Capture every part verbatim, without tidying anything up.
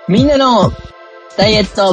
みんなのダイエット。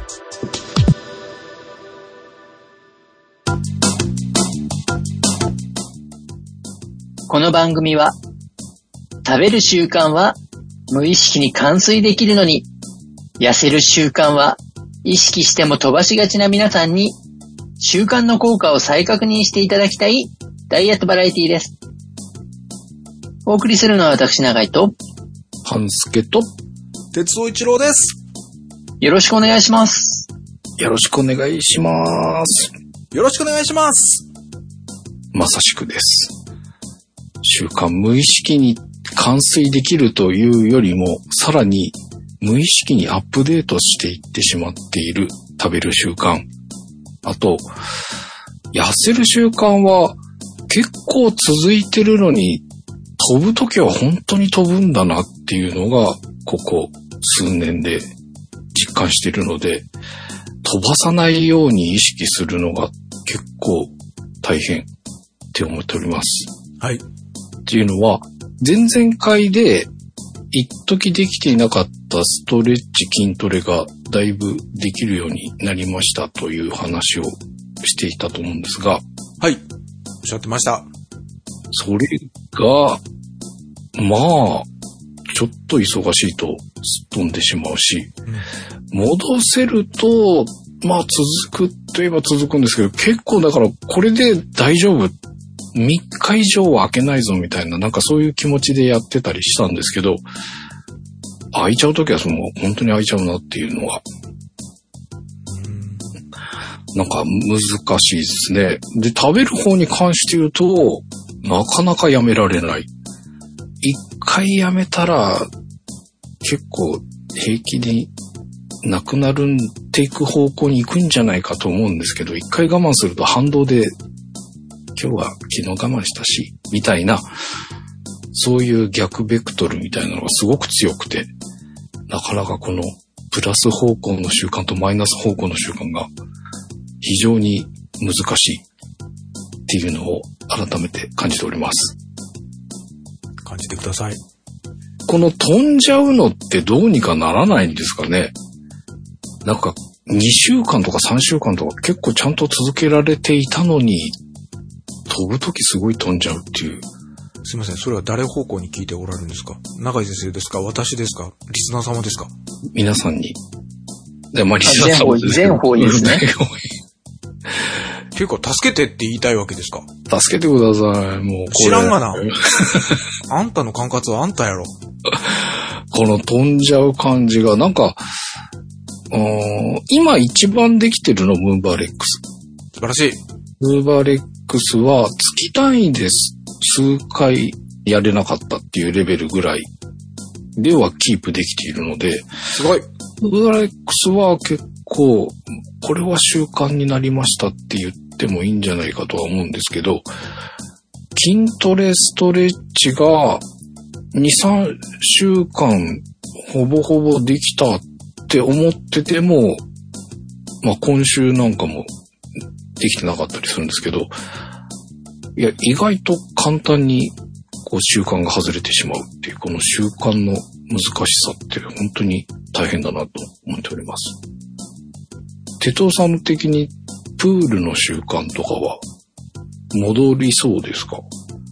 この番組は、食べる習慣は無意識に完遂できるのに、痩せる習慣は意識しても飛ばしがちな皆さんに、習慣の効果を再確認していただきたいダイエットバラエティです。お送りするのは私永井と、 半助と、 鉄尾一郎です。 よろしくお願いします。 よろしくお願いします。 よろしくお願いします。 まさしくです。習慣無意識に完遂できるというよりも、さらに無意識にアップデートしていってしまっている食べる習慣。あと、痩せる習慣は結構続いてるのに、飛ぶときは本当に飛ぶんだなっていうのが、ここ数年で実感しているので、飛ばさないように意識するのが結構大変って思っております。 はい。 っていうのは、前々回で一時できていなかったストレッチ筋トレがだいぶできるようになりましたという話をしていたと思うんですが、 はい。おっしゃってました。 それが、まあ、ちょっと忙しいとすっ飛んでしまうし、うん、戻せると、まあ続くといえば続くんですけど、結構だからこれで大丈夫、みっか以上は開けないぞみたいな、なんかそういう気持ちでやってたりしたんですけど、開いちゃうときはその本当に開いちゃうなっていうのが、なんか難しいですね。で、食べる方に関して言うと、なかなかやめられない。一回やめたら結構平気になくなるっていく方向に行くんじゃないかと思うんですけど、一回我慢すると反動で今日は昨日我慢したしみたいな、そういう逆ベクトルみたいなのがすごく強くて、なかなかこのプラス方向の習慣とマイナス方向の習慣が非常に難しいっていうのを改めて感じております。 感じてください。 この飛んじゃうのってどうにかならないんですかね。なんかにしゅうかんとかさんしゅうかんとか結構ちゃんと続けられていたのに、飛ぶときすごい飛んじゃうっていう。 すいません、それは誰方向に聞いておられるんですか？永井先生ですか？私ですか？リスナー様ですか？ 皆さんに。で、まあリスナー様です。 全方位ですね。 っていうか、助けてって言いたいわけですか？ 助けてください。もうこれ知らんがな。あんたの管轄はあんたやろ。 この飛んじゃう感じが、なんか、今一番できてるのムーバーレックス。 素晴らしい。 ムーバーレックスは月単位です数回やれなかったっていうレベルぐらいではキープできているので、 すごい。 ムーバーレックスは結構、これは習慣になりましたって言ってもいいんじゃないかとは思うんですけど、筋トレストレッチがに、さんしゅうかんほぼほぼできたって思ってても、まあ今週なんかもできてなかったりするんですけど、いや、意外と簡単にこう習慣が外れてしまうっていう、この習慣の難しさって本当に大変だなと思っております。哲夫さん的にプールの習慣とかは戻りそうですか？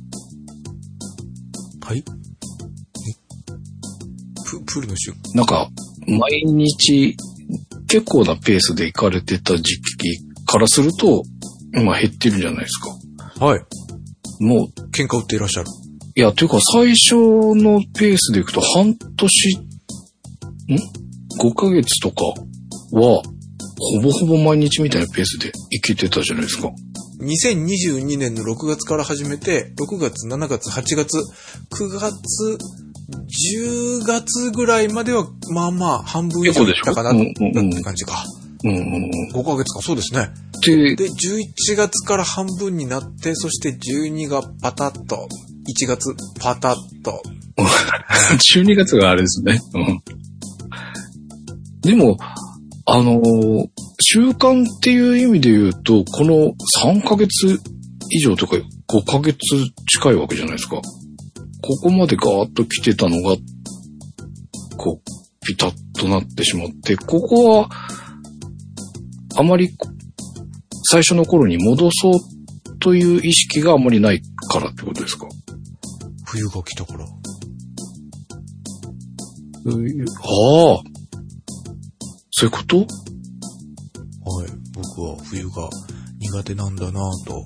はい。プ, プールの習慣なんか毎日結構なペースで行かれてた時期からすると今減ってるじゃないですか。 はい。 もう喧嘩売っていらっしゃる。 いや、というか最初のペースでいくと半年んごかげつとかはほぼほぼ毎日みたいなペースで生きてたじゃないですか。 にせんにじゅうにねんのろくがつから始めて、ろくがつ、しちがつ、はちがつ、くがつ、じゅうがつぐらいまでは、まあまあ、半分以上いったかなって感じか。うんうんうん、ごかげつか、そうですね。で、で、じゅういちがつから半分になって、そしてじゅうにがパタッと、いちがつパタッと。 じゅうにがつがあれですね。でも、あのー、習慣っていう意味で言うと、このさんかげつ以上とかごかげつ近いわけじゃないですか。ここまでガーッと来てたのが、こう、 ピタッとなってしまって、ここは、あまり最初の頃に戻そうという意識があまりないからってことですか？ 冬が来たから。ああ、そういうこと？ はい。僕は冬が苦手なんだなぁと。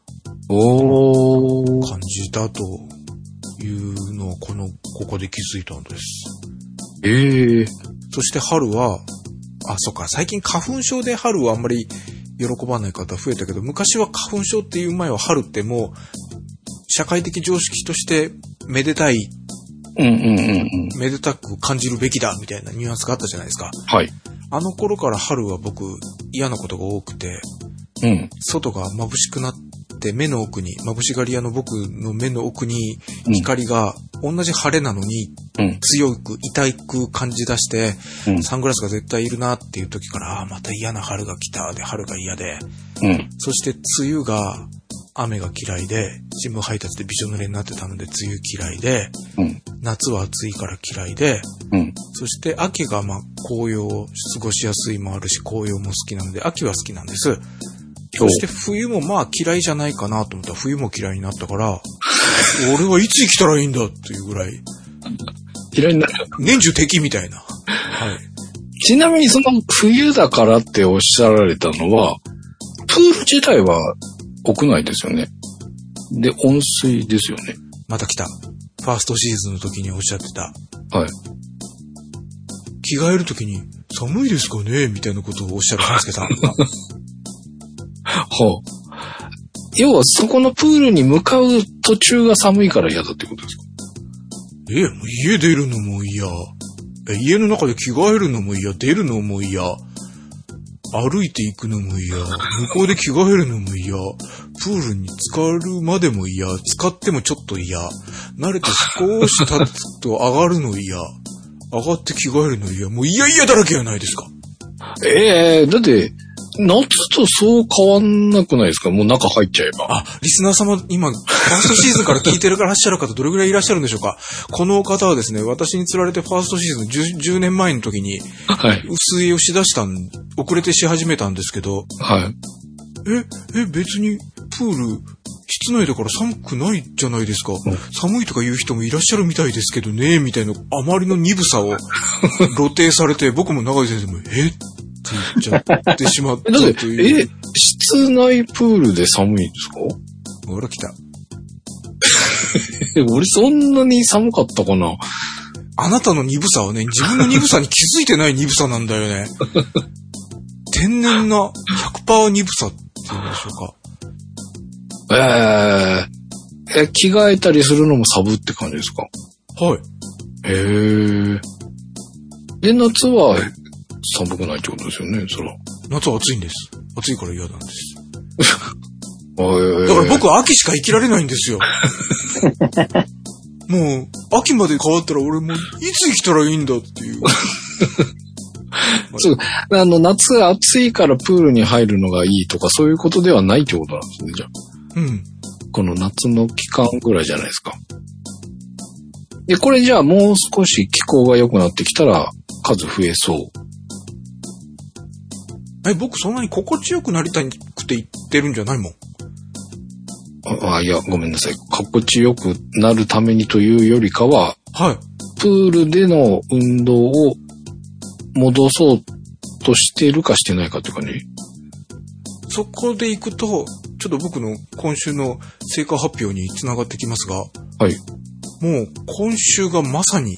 おー。 感じたというのをこの、ここで気づいたんです。 ええー。 そして春は、あ、そっか、最近花粉症で春はあんまり喜ばない方増えたけど、昔は花粉症っていう前は春ってもう、社会的常識としてめでたい、 うんうんうんうん、 めでたく感じるべきだみたいなニュアンスがあったじゃないですか。 はい。 あの頃から春は僕嫌なことが多くて、 うん、 外が眩しくなって目の奥に、眩しがり屋の僕の目の奥に光が同じ晴れなのに強く痛く感じ出して、うん、サングラスが絶対いるなっていう時から、ああまた嫌な春が来たで、春が嫌で、 うん、 そして梅雨が雨が嫌いで、新聞配達でびしょ濡れになってたので梅雨嫌いで、 うん、 夏は暑いから嫌いで、 うん、 そして秋がまあ紅葉過ごしやすいもあるし、紅葉も好きなので秋は好きなんです。そして冬もまあ嫌いじゃないかなと思ったら冬も嫌いになったから俺はいつ生きたらいいんだっていうぐらい嫌いになる年中敵みたいな、はい、 ちなみにその冬だからっておっしゃられたのはプール自体は屋内ですよね。で温水ですよね。 また来た。ファーストシーズンの時におっしゃってた。 はい。 着替える時に寒いですかねみたいなことをおっしゃる半助さんがはあ、要はそこのプールに向かう途中が寒いから嫌だってことですか？ え、もう家出るのも嫌。え、家の中で着替えるのも嫌。出るのも嫌。歩いていくのも嫌。向こうで着替えるのも嫌。プールに浸かるまでも嫌。浸かってもちょっと嫌。慣れて少し経つと上がるの嫌。上がって着替えるの嫌。もう嫌々だらけやないですか。 ええー、だって、夏とそう変わんなくないですか？もう中入っちゃえば。 あ、リスナー様、今、ファーストシーズンから聞いてらっしゃる方、どれぐらいいらっしゃるんでしょうか？この方はですね、私に釣られてファーストシーズン 10, じゅうねんまえの時に、 はい、 薄いをしだしたん、遅れてし始めたんですけど、 はい。 え、え、別に、プール、室内だから寒くないじゃないですか。うん、寒いとか言う人もいらっしゃるみたいですけどね、みたいな、あまりの鈍さを露呈されて、僕も長井先生も、えって言っちゃってしまったという。 え、室内プールで寒いんですか？ ほら来た。 俺そんなに寒かったかな？ あなたの鈍さはね、自分の鈍さに気づいてない鈍さなんだよね。天然な ひゃくパーセント 鈍さっていうんでしょうか。 えー、え、着替えたりするのもサブって感じですか？ はい。 へー。で、夏は寒くないってことですよね、そら。 夏は暑いんです。暑いから嫌なんです。 えー、 だから僕は秋しか生きられないんですよ。もう、秋まで変わったら俺もういつ生きたらいいんだっていう。 そう、あの、夏暑いからプールに入るのがいいとかそういうことではないってことなんですね、じゃあ。 うん。 この夏の期間ぐらいじゃないですか。で、これじゃあもう少し気候が良くなってきたら数増えそう。 え、僕そんなに心地よくなりたくて言ってるんじゃないもん。 あ、あいや、ごめんなさい。心地よくなるためにというよりかは、 はい。 プールでの運動を戻そうとしているかしてないかっていう感じ？ そこで行くと、ちょっと僕の今週の成果発表につながってきますが、 はい。 もう今週がまさに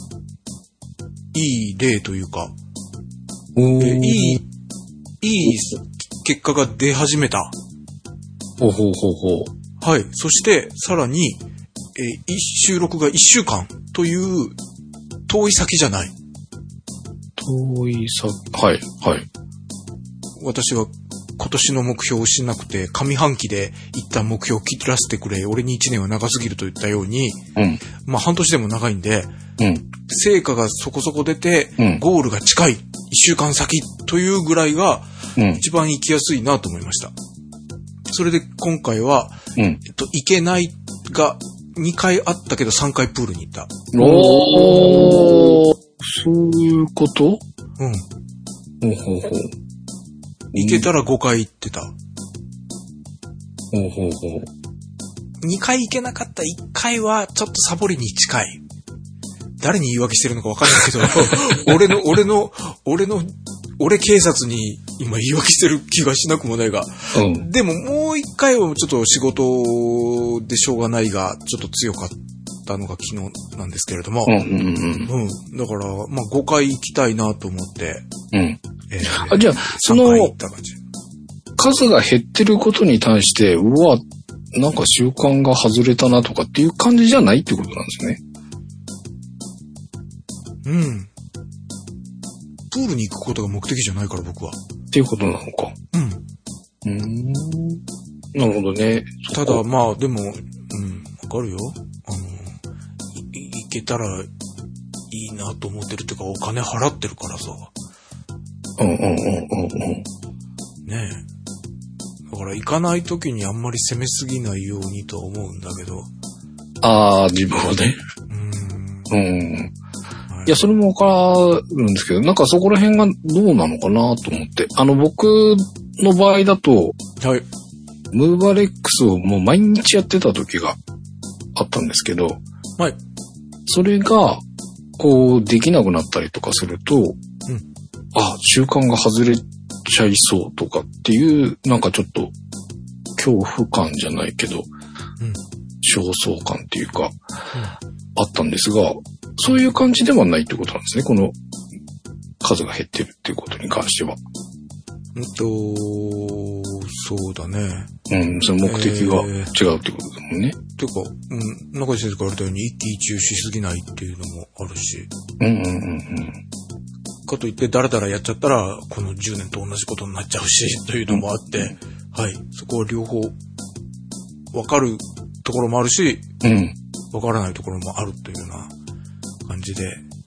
いい例というか、 おー、 えいい、いい結果が出始めた。 ほうほうほうほう。はい。そしてさらに、えー、収録がいっしゅうかんという遠い先じゃない。 遠い先、はいはい。 私は今年の目標をしなくて上半期で一旦目標を切らせてくれ、俺にいちねんは長すぎると言ったように、 うん、 まあ半年でも長いんで、 うん、 成果がそこそこ出て、うん、ゴールが近いいっしゅうかん先というぐらいが一番行きやすいなと思いました。それで今回は、 うん、 えっと、行けないがにかいあったけどさんかいプールに行った。 おー、 そういうこと？ うん。 ほうほうほう。 行けたらごかい行ってた。 ほうほうほう。 にかい行けなかったいっかいはちょっとサボりに近い。誰に言い訳してるのかわかんないけど、俺の、俺の、俺の、俺警察に今言い訳してる気がしなくもないが、うん、でももう一回はちょっと仕事でしょうがないが、ちょっと強かったのが昨日なんですけれども、うんうんうんうん、だから、まあごかい行きたいなと思って、 うんえー、あじゃあ、その、数が減ってることに対して、うわ、なんか習慣が外れたなとかっていう感じじゃないってことなんですね。 うん。プールに行くことが目的じゃないから僕は。 っていうことなのか。うん。うーん。なるほどね。 ただまあでも、うん、わかるよ。あの、い、行けたらいいなと思ってるっていうかお金払ってるからさ。 うんうんうんうんうん。 ねえ。だから行かないときにあんまり攻めすぎないようにとは思うんだけど。 ああ、自分はね。うん。うん。いや、それもわかるんですけど、なんかそこら辺がどうなのかなと思って。あの、僕の場合だと、はい。ムーバレックスをもう毎日やってた時があったんですけど、はい。それが、こう、できなくなったりとかすると、うん。あ、習慣が外れちゃいそうとかっていう、なんかちょっと、恐怖感じゃないけど、うん。焦燥感っていうか、うん、あったんですが、そういう感じではないってことなんですね。この数が減ってるっていうことに関しては。 うんと、そうだね。 うん、その目的が違うってことだもんね。 えー、ていうか、うん、中井先生から言ったように一喜一憂しすぎないっていうのもあるし。うんうんうんうん。かといってダラダラやっちゃったら、このじゅうねんと同じことになっちゃうし、というのもあって、うん、はい。そこは両方、わかるところもあるし、うん。わからないところもあるというような感じで、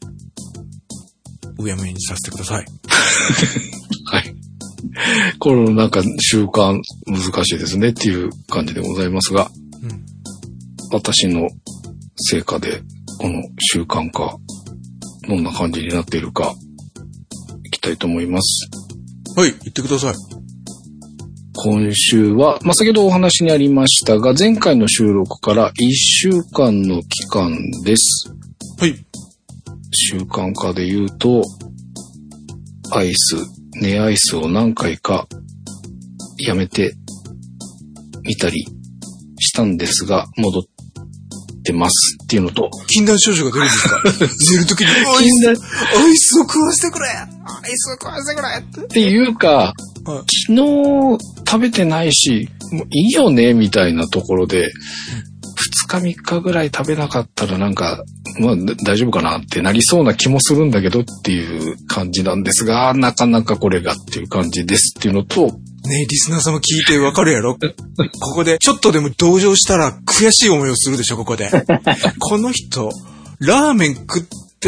うやむやにさせてください。 はい。このなんか習慣難しいですねっていう感じでございますが、うん、私の成果でこの習慣化、どんな感じになっているか、いきたいと思います。 はい、言ってください。 今週は、まあ、先ほどお話にありましたが、前回の収録からいっしゅうかんの期間です。はい。習慣化で言うと、アイス、寝アイスを何回かやめてみたりしたんですが、戻ってますっていうのと。 禁断症状が出るんですか？寝るときにアイス、アイスを食わせてくれ！アイスを食わせてくれって。 っていうか、はい、昨日食べてないし、もういいよねみたいなところで、ふつかみっかぐらい食べなかったらなんか、まあ大丈夫かなってなりそうな気もするんだけどっていう感じなんですが、なかなかこれがっていう感じですっていうのと、 ねえ、リスナーさんも聞いてわかるやろ？ここで、ちょっとでも同情したら悔しい思いをするでしょ、ここで。この人、ラーメン食って、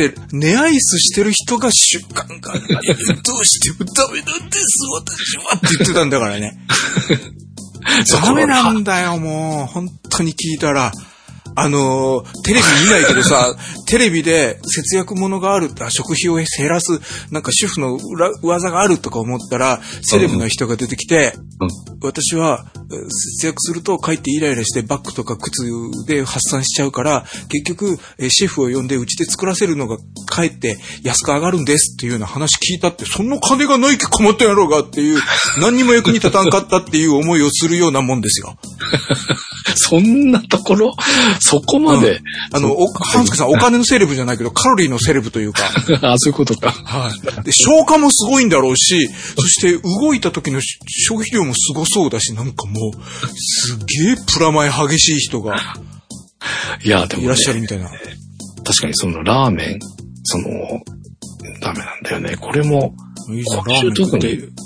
寝アイスしてる人が習慣がない。どうしてもダメなんです、私はって言ってたんだからね。ダメなんだよ、もう。本当に聞いたら。あのー、テレビ見ないけどさ、テレビで節約物がある、食費を減らす、なんか主婦の裏技があるとか思ったら、セレブな人が出てきて、うん、私は節約すると帰ってイライラしてバッグとか靴で発散しちゃうから、結局、シェフを呼んでうちで作らせるのが帰って安く上がるんですっていうような話聞いたって、その金がないけ困ったやろうがっていう、何にも役に立たんかったっていう思いをするようなもんですよ。 そんなところそこまで、うん、 あの、お、半助さん、お金のセレブじゃないけど、カロリーのセレブというか。 あ、そういうことか。 はい。で、消化もすごいんだろうし、そして動いた時の消費量もすごそうだし、なんかもう、すげえプラマイ激しい人が、 いや、でも、ね、 いらっしゃるみたいな。 確かにそのラーメン、その、ダメなんだよね。これも、 いいじゃん、ラーメン特に、うん、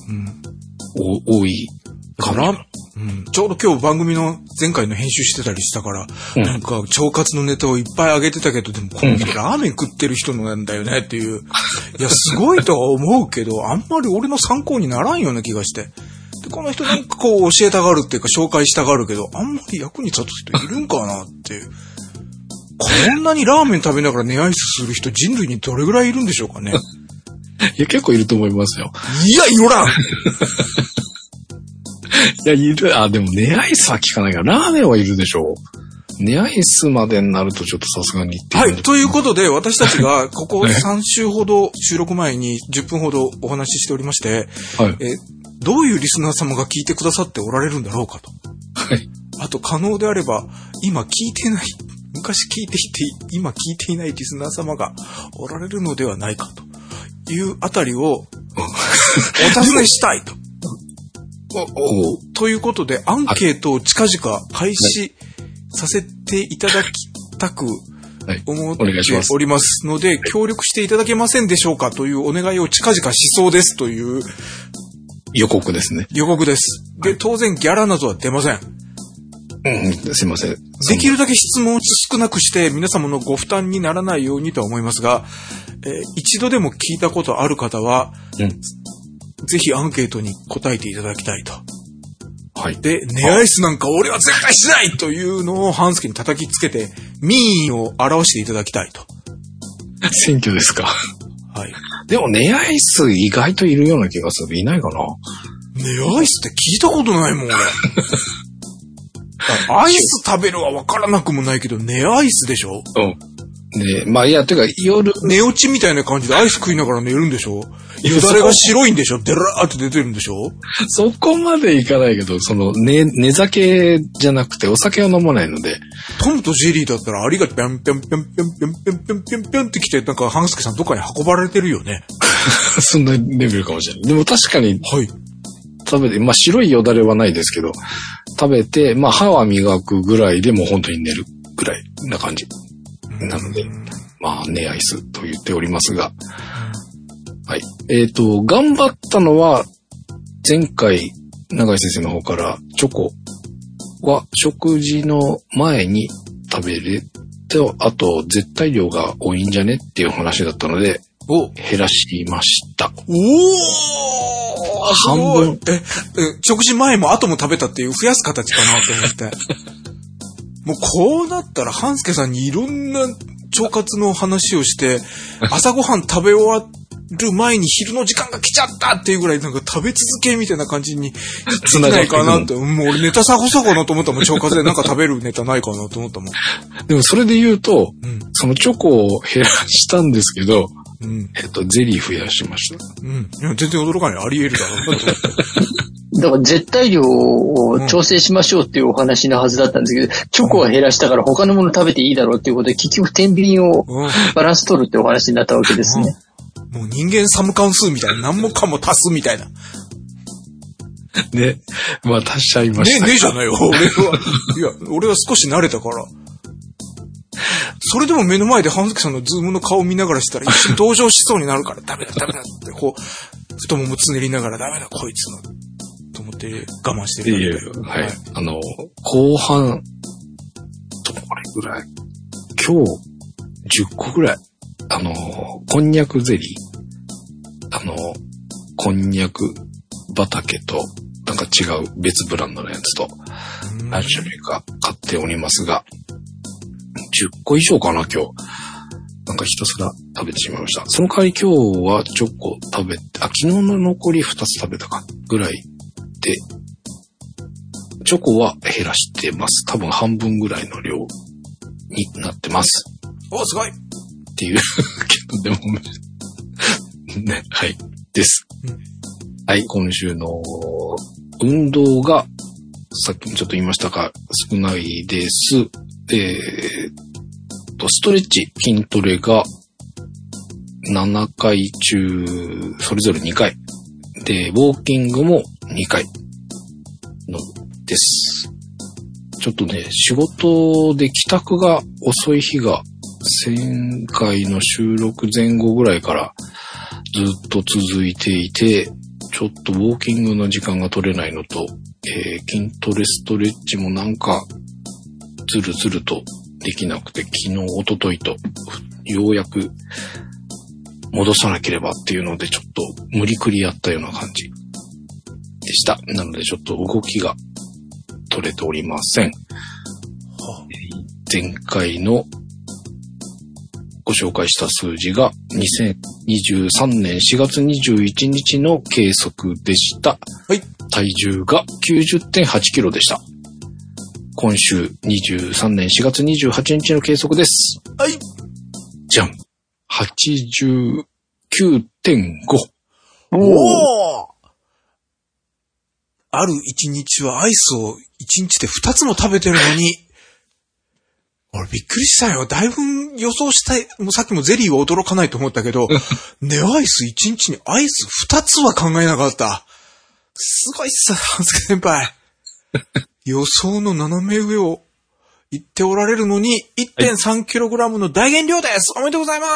お多い。 かな、うん、ちょうど今日番組の前回の編集してたりしたから、うん、なんか腸活のネタをいっぱい上げてたけど、でもこの人ラーメン食ってる人なんだよねっていう。いや、すごいとは思うけど、あんまり俺の参考にならんような気がして。で、この人なんかこう教えたがるっていうか紹介したがるけど、あんまり役に立つ人いるんかなっていう。 こんなにラーメン食べながら寝アイスする人人類にどれぐらいいるんでしょうかね。 いや、結構いると思いますよ。 いや、いらん。 いや、いる。あ、でも寝アイスは効かないから、ラーメンはいるでしょう。寝アイスまでになるとちょっとさすがに言ってはい。ということで、私たちがここさん週ほど収録前にじゅっぷんほどお話ししておりまして、はい、えどういうリスナー様が聞いてくださっておられるんだろうかと。はい。あと、可能であれば、今聞いてない、昔聞いていて、今聞いていないリスナー様がおられるのではないかというあたりをお尋ねしたいと。ということで、アンケートを近々開始させていただきたく思っておりますので、協力していただけませんでしょうかというお願いを近々しそうですという予告ですね。 予告です。で、当然ギャラなどは出ません。 うん、すいません。 できるだけ質問を少なくして皆様のご負担にならないようにとは思いますが、えー、一度でも聞いたことある方は、うん、ぜひアンケートに答えていただきたいと。はい。で、寝アイスなんか俺は絶対しないというのを半助に叩きつけて、民意を表していただきたいと。 選挙ですか。はい。でも寝アイス意外といるような気がする。いないかな。 寝アイスって聞いたことないもん、俺。アイス食べるは分からなくもないけど、寝アイスでしょ？うん。 ね、まあいや、てか夜。 寝落ちみたいな感じでアイス食いながら寝るんでしょ？よだれが白いんでしょ？デラーって出てるんでしょ？ そこまでいかないけど、その、寝、寝酒じゃなくてお酒を飲まないので。 トムとジェリーだったらアリがピャンピャンピャンピャンピャンピャンピャンピャンピャンって来て、なんか半助さんどっかに運ばれてるよね。 そんなレベルかもしれない。でも確かに。はい。食べて、まあ白いよだれはないですけど、食べて、まあ歯は磨くぐらいでもう本当に寝るぐらいな感じ。なので、まあ寝アイスと言っておりますが、はい。えっと、頑張ったのは、前回、永井先生の方からチョコは食事の前に食べれて、あと絶対量が多いんじゃねっていう話だったので、を減らしました。おー半分。え、え、食事前も後も食べたっていう増やす形かなと思って。もうこうなったら半助さんにいろんな腸活の話をして、朝ごはん食べ終わる前に昼の時間が来ちゃったっていうぐらいなんか食べ続けみたいな感じにつながないかなって。もう俺ネタ探そうかなと思ったもん。腸活でなんか食べるネタないかなと思ったもん。 でもそれで言うと、うん、そのチョコを減らしたんですけど、うん、えっと、ゼリー増やしました。 うん。いや、全然驚かない。あり得るだろうなと思って。 だから絶対量を調整しましょうっていうお話のはずだったんですけど、うん、チョコは減らしたから他のもの食べていいだろうっていうことで、結局天秤をバランス取るってお話になったわけですね。 うんうん、もう人間サム関数みたいな、何もかも足すみたいな。 ね。まあ足しちゃいました。 ね、ねじゃないよ。俺は、いや、俺は少し慣れたから。それでも目の前で半助さんのズームの顔を見ながらしたら一瞬同情しそうになるから、ダメだダメだってこう、太ももつねりながらダメだこいつの、と思って我慢してる。 いやいや、はい。はい、あの、後半、どれぐらい今日、じゅっこぐらい、あの、こんにゃくゼリー、あの、こんにゃく畑と、なんか違う別ブランドのやつと、何種類か買っておりますが、じゅっこ以上かな、今日。なんかひたすら食べてしまいました。その代わり今日はチョコ食べて、あ、昨日の残りふたつ食べたか、ぐらいで、チョコは減らしてます。多分半分ぐらいの量になってます。 お、すごいっていう、けどでも、ね、はい、です。うん、はい、今週の運動が、さっきもちょっと言いましたが、少ないです。えー、と、ストレッチ、筋トレがななかい中、それぞれにかい。で、ウォーキングもにかいのです。ちょっとね、仕事で帰宅が遅い日が、前回の収録前後ぐらいからずっと続いていて、ちょっとウォーキングの時間が取れないのと、えー、筋トレストレッチもなんか、ずるずるとできなくて、昨日、一昨日と、ようやく戻さなければっていうので、ちょっと無理くりやったような感じでした。なので、ちょっと動きが取れておりません。はあ、前回のご紹介した数字がにせんにじゅうさんねんしがつにじゅういちにちの計測でした。 はい。 体重が きゅうじゅってんはちキロでした。今週にじゅうさんねんしがつにじゅうはちにちの計測です。 はい。 じゃん。はちじゅうきゅうてんご。 おー！ある一日はアイスを一日で二つも食べてるのに、俺びっくりしたよ。だいぶ予想したい。もうさっきもゼリーは驚かないと思ったけど、ネオアイス一日にアイス二つは考えなかった。すごいっす、半助先輩。予想の斜め上を言っておられるのに いってんさんキログラム の大減量です。おめでとうございます。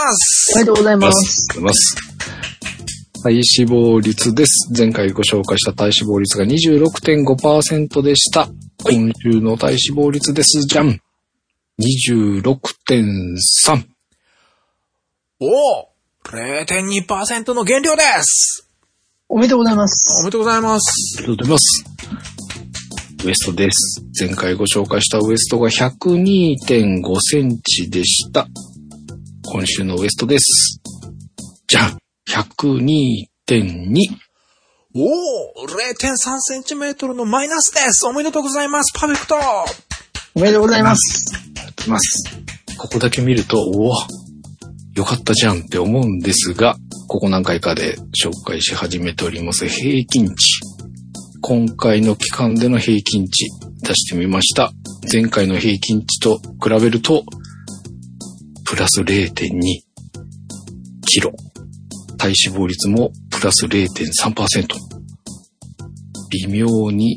おめでとうございます。 ありがとうございます。体脂肪率です。前回ご紹介した体脂肪率が にじゅうろくてんごパーセント でした。今週の体脂肪率です。じゃん。にじゅうろくてんさん。 おー れいてんにパーセント の減量です。 おめでとうございます。 おめでとうございます。 ありがとうございます。ウエストです。前回ご紹介したウエストが ひゃくにてんごセンチでした。今週のウエストです。じゃん ひゃくにてんに。 おー れいてんさんセンチメートルのマイナスです。おめでとうございます。パーフェクト。 おめでとうございます。 ありがとうございます。ここだけ見ると、おお、よかったじゃんって思うんですが、ここ何回かで紹介し始めております平均値。今回の期間での平均値出してみました。前回の平均値と比べると、プラス れいてんに キロ。体脂肪率もプラス れいてんさんパーセント。微妙に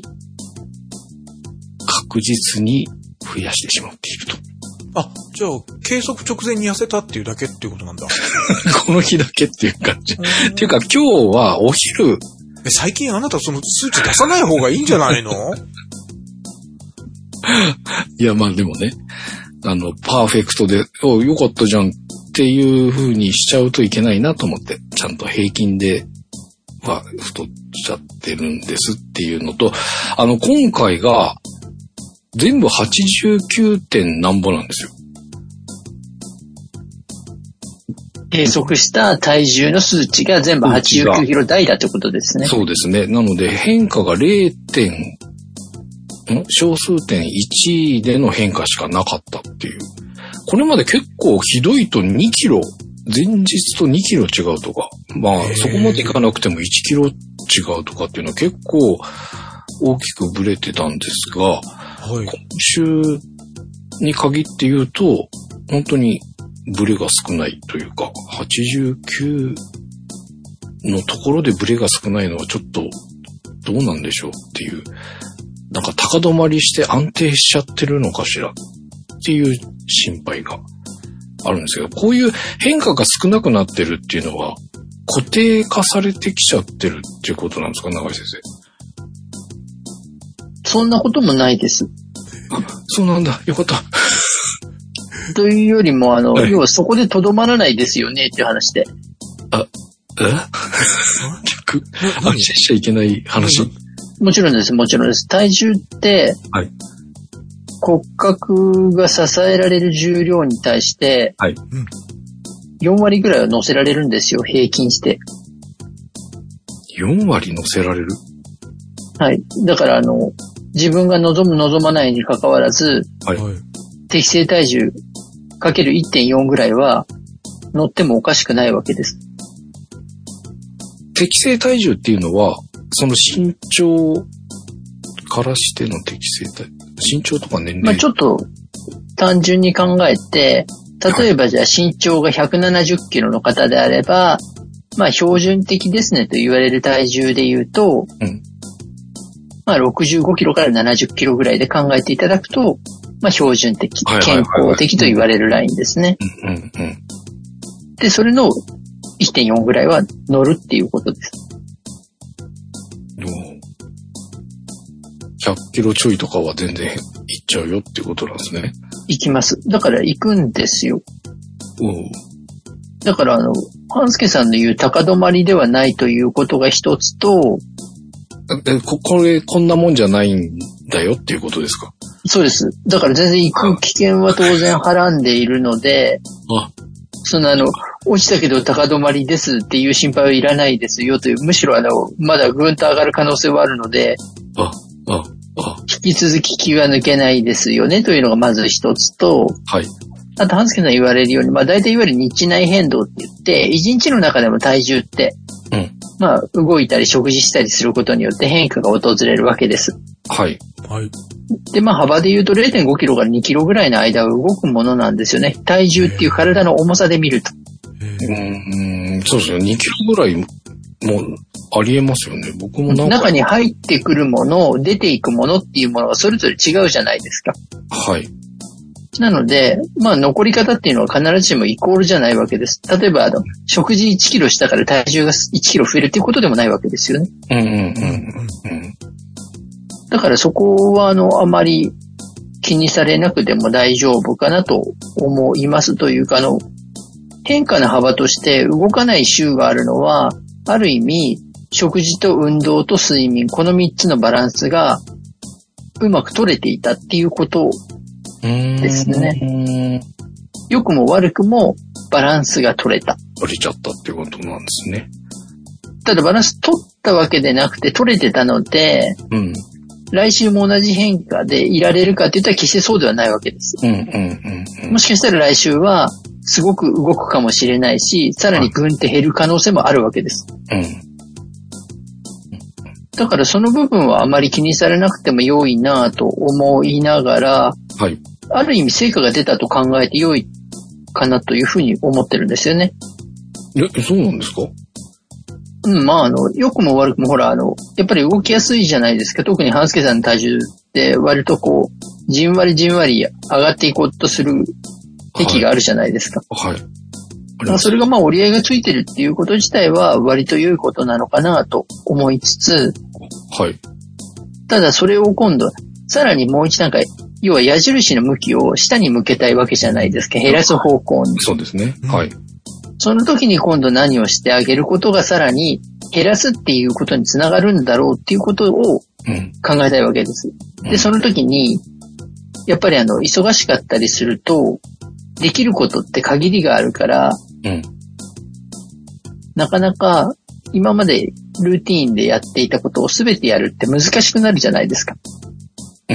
確実に増やしてしまっていると。 あ、じゃあ、計測直前に痩せたっていうだけっていうことなんだ。 この日だけっていう感じ。っていうか今日はお昼。 え、最近あなたその数値出さない方がいいんじゃないの？ いや、まあでもね、あの、パーフェクトで、お、よかったじゃんっていう風にしちゃうといけないなと思って、ちゃんと平均では太っちゃってるんですっていうのと、あの、今回が全部はちじゅうきゅうてんなんぼなんですよ。 計測した体重の数値が全部はちじゅうきゅうキロ台だってことですね。 そうですね。なので変化が れい. ん小数点いちでの変化しかなかったっていう。これまで結構ひどいとにキロ、前日とにキロ違うとか、まあそこまでいかなくてもいちキロ違うとかっていうのは結構大きくブレてたんですが、はい、今週に限って言うと本当にブレが少ないというか、はちじゅうきゅうのところでブレが少ないのはちょっとどうなんでしょうっていう、なんか高止まりして安定しちゃってるのかしらっていう心配があるんですけど、こういう変化が少なくなってるっていうのは固定化されてきちゃってるっていうことなんですか、永井先生。 そんなこともないです。 そうなんだ、よかった。 というよりも、あの、はい、要はそこでとどまらないですよねっていう話で。 あ、え逆安心しちゃいけない話？ もちろんです、もちろんです。体重って、はい、骨格が支えられる重量に対して、はい、よんわりぐらいは乗せられるんですよ、平均して。 よんわり乗せられる？ はい。だから、あの、自分が望む望まないに関わらず、はい、適正体重かける いってんよん ぐらいは乗ってもおかしくないわけです。 適正体重っていうのは、その身長からしての適正体、身長とか年齢？ まあちょっと単純に考えて、例えばじゃあ身長がひゃくななじゅっキロの方であれば、まあ標準的ですねと言われる体重で言うと、うん、まあろくじゅうごキロからななじゅっキロぐらいで考えていただくと、まあ標準的、健康的と言われるラインですね。うんうんうん、で、それの いってんよん ぐらいは乗るっていうことです。 ひゃっキロちょいとかは全然いっちゃうよっていうことなんですね。 いきます。だから行くんですよ。だからあの、半助さんの言う高止まりではないということが一つと、 え、こ、これ、こんなもんじゃないんだよっていうことですか？ そうです。だから全然行く危険は当然はらんでいるので、 あ、 そのあの、落ちたけど高止まりですっていう心配はいらないですよという、むしろあの、まだぐんと上がる可能性はあるので、 あ、あ、あ。 引き続き気は抜けないですよねというのがまず一つと、 はい。 あと、ハンスケさん言われるように、まあ大体いわゆる日内変動って言って、一日の中でも体重って、うん、まあ動いたり食事したりすることによって変化が訪れるわけです。 はい。はい。 で、まあ幅で言うと れいてんごキロからにキロぐらいの間を動くものなんですよね。体重っていう体の重さで見ると。 うーん、そうですね。にキロぐらいもありえますよね。僕もなんか。 中に入ってくるもの、出ていくものっていうものがそれぞれ違うじゃないですか。 はい。 なので、まあ残り方っていうのは必ずしもイコールじゃないわけです。例えば、あの、食事いちキロしたから体重がいちキロ増えるっていうことでもないわけですよね。 うんうんうんうん。 だからそこは、あの、あまり気にされなくても大丈夫かなと思いますというか、あの、変化の幅として動かない週があるのは、ある意味、食事と運動と睡眠、このみっつのバランスがうまく取れていたっていうことですね。良くも悪くもバランスが取れた。 取れちゃったっていうことなんですね。 ただバランス取ったわけでなくて取れてたので、うん、来週も同じ変化でいられるかって言ったら決してそうではないわけです。うんうんうんうん、もしかしたら来週はすごく動くかもしれないし、さらにグンって減る可能性もあるわけです。うん、だからその部分はあまり気にされなくても良いなと思いながら、はい、ある意味成果が出たと考えて良いかなというふうに思ってるんですよね。 え、そうなんですか？ うん、まああの、良くも悪くもほらあの、やっぱり動きやすいじゃないですか。特に半助さんの体重って割とこう、じんわりじんわり上がっていこうとする癖があるじゃないですか。はい。はい、まあ、それがまあ折り合いがついてるっていうこと自体は割と良いことなのかなと思いつつ、はい。ただそれを今度、さらにもう一段階、要は矢印の向きを下に向けたいわけじゃないですか。減らす方向に。 そうですね。はい。 その時に今度何をしてあげることがさらに減らすっていうことにつながるんだろうっていうことを考えたいわけです。うん、で、その時に、やっぱりあの、忙しかったりすると、できることって限りがあるから、うん、なかなか今までルーティーンでやっていたことを全てやるって難しくなるじゃないですか。 うん、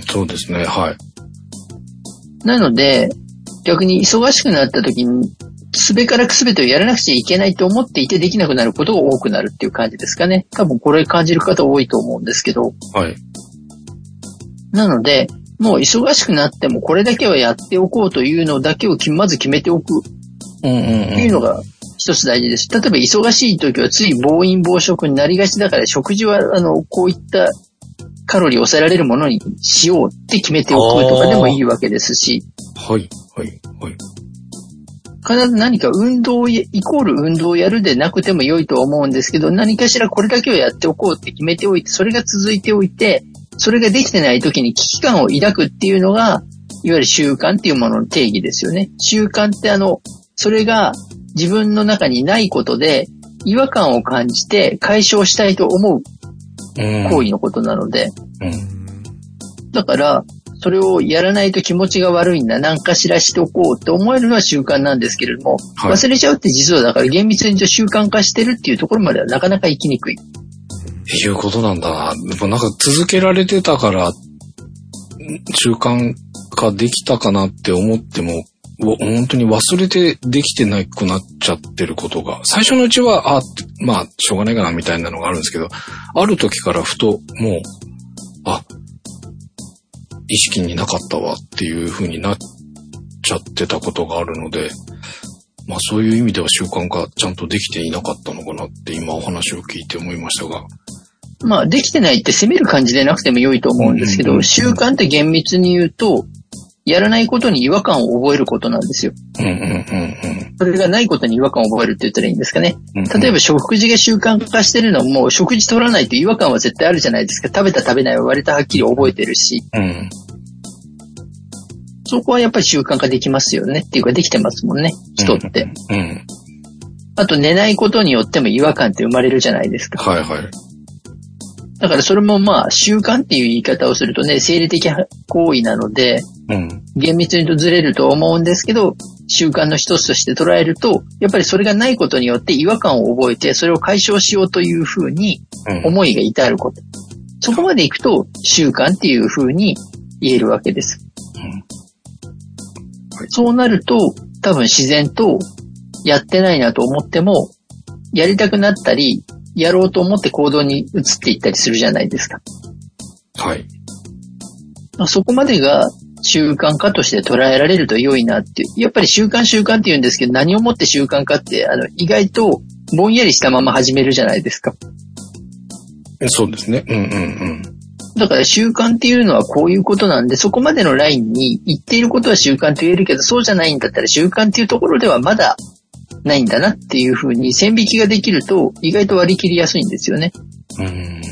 そうですね、はい。 なので、逆に忙しくなった時に、すべからくすべてをやらなくちゃいけないと思っていてできなくなることが多くなるっていう感じですかね。多分これ感じる方多いと思うんですけど。はい。なので、もう忙しくなってもこれだけはやっておこうというのだけをまず決めておくっていうのが一つ大事です。例えば忙しい時はつい暴飲暴食になりがちだから食事はあのこういったカロリーを抑えられるものにしようって決めておくとかでもいいわけですし。 はいはいはい。 必ず何か運動イコール運動をやるでなくても良いと思うんですけど、何かしらこれだけをやっておこうって決めておいて、それが続いておいて、それができてない時に危機感を抱くっていうのが、いわゆる習慣っていうものの定義ですよね。習慣ってあの、それが自分の中にないことで、違和感を感じて解消したいと思う行為のことなので、うんうん、だから、それをやらないと気持ちが悪いんだ、何かしらしておこうって思えるのは習慣なんですけれども、はい、忘れちゃうって実はだから厳密に習慣化してるっていうところまではなかなか行きにくい。 いうことなんだな。やっぱなんか続けられてたから習慣化できたかなって思っても、本当に忘れてできてなくなっちゃってることが、最初のうちは、あ、まあ、しょうがないかなみたいなのがあるんですけど、ある時からふともう、あ、意識になかったわっていう風になっちゃってたことがあるので、まあそういう意味では習慣化ちゃんとできていなかったのかなって今お話を聞いて思いましたが。 まあできてないって責める感じでなくても良いと思うんですけど、うんうんうん、習慣って厳密に言うと、やらないことに違和感を覚えることなんですよ。うんうんうんうん、それがないことに違和感を覚えるって言ったらいいんですかね。うんうん、例えば食事が習慣化してるのも、食事取らないと違和感は絶対あるじゃないですか。食べた食べないは割とはっきり覚えてるし。うん、そこはやっぱり習慣化できますよねっていうかできてますもんね、人って。うんうん、あと寝ないことによっても違和感って生まれるじゃないですか。はいはい。だからそれもまあ習慣っていう言い方をするとね、生理的行為なので、うん、厳密にとずれると思うんですけど、 習慣の一つとして捉えると、やっぱりそれがないことによって違和感を覚えて、それを解消しようというふうに思いが至ること。うん、そこまでいくと習慣っていうふうに言えるわけです。うんはい、そうなると、多分自然とやってないなと思っても、やりたくなったり、やろうと思って行動に移っていったりするじゃないですか。 はい。 そこまでが習慣化として捉えられると良いなっていう。やっぱり習慣習慣って言うんですけど、何をもって習慣化って、あの、意外とぼんやりしたまま始めるじゃないですか。 そうですね。うんうんうん。 だから習慣っていうのはこういうことなんで、そこまでのラインに言っていることは習慣と言えるけど、そうじゃないんだったら習慣っていうところではまだないんだなっていうふうに線引きができると意外と割り切りやすいんですよね。 うーん。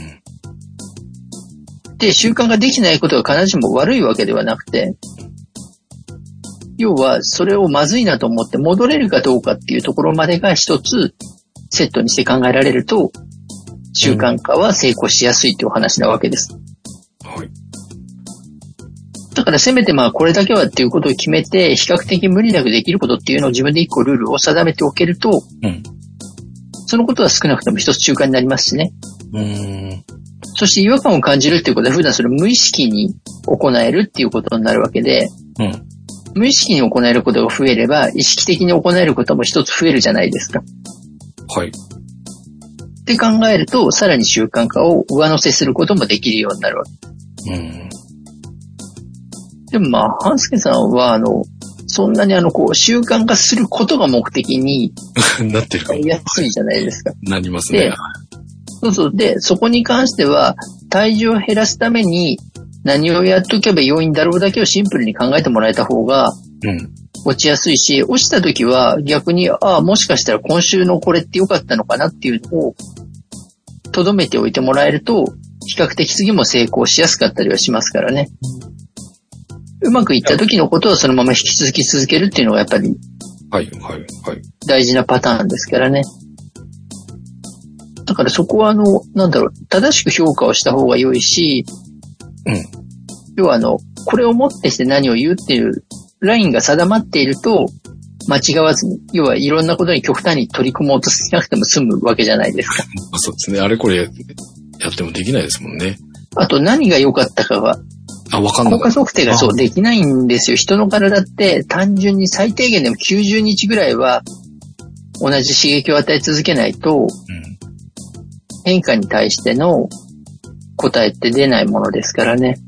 で、習慣ができないことが必ずしも悪いわけではなくて、要はそれをまずいなと思って戻れるかどうかっていうところまでが一つセットにして考えられると、習慣化は成功しやすいというお話なわけです。 はい。 だからせめてまあこれだけはっていうことを決めて、比較的無理なくできることっていうのを自分で一個ルールを定めておけると、うん、そのことは少なくとも一つ習慣になりますしね。 うーん。 そして違和感を感じるっていうことは普段それを無意識に行えるっていうことになるわけで、うん、無意識に行えることが増えれば意識的に行えることも一つ増えるじゃないですか。 はい。 って考えると、さらに習慣化を上乗せすることもできるようになるわけ。うん、でもまあ、半助さんは、あの、そんなにあの、こう、習慣化することが目的になってるかも。 やすいじゃないですか。 なりますね。 で、そうそう。で、そこに関しては、体重を減らすために何をやっとけば良いんだろうだけをシンプルに考えてもらえた方が、うん。落ちやすいし、落ちた時は逆に、ああ、もしかしたら今週のこれって良かったのかなっていうのを、留めておいてもらえると、比較的次も成功しやすかったりはしますからね。うまくいった時のことはそのまま引き続き続けるっていうのがやっぱり、 はい、はい、はい。 大事なパターンですからね。だからそこはあの、なんだろう、正しく評価をした方が良いし、うん。要はあの、これをもってして何を言うっていうラインが定まっていると、間違わずに、要はいろんなことに極端に取り組もうとしなくても済むわけじゃないですか。 そうですね。あれこれやってもできないですもんね。 あと何が良かったかは、 あ、わかんない。 効果測定がそうできないんですよ。人の体って単純に最低限でもきゅうじゅうにちぐらいは同じ刺激を与え続けないと、うん、変化に対しての答えって出ないものですからね。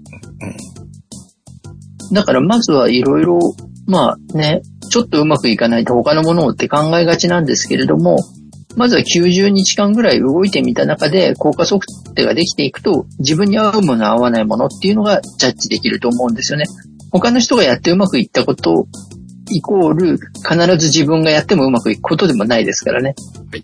うん、だからまずはいろいろ、まあね、ちょっとうまくいかないと他のものをって考えがちなんですけれども、まずはきゅうじゅうにちかんぐらい動いてみた中で効果測定ができていくと、自分に合うもの合わないものっていうのがジャッジできると思うんですよね。他の人がやってうまくいったことイコール必ず自分がやってもうまくいくことでもないですからね。はい。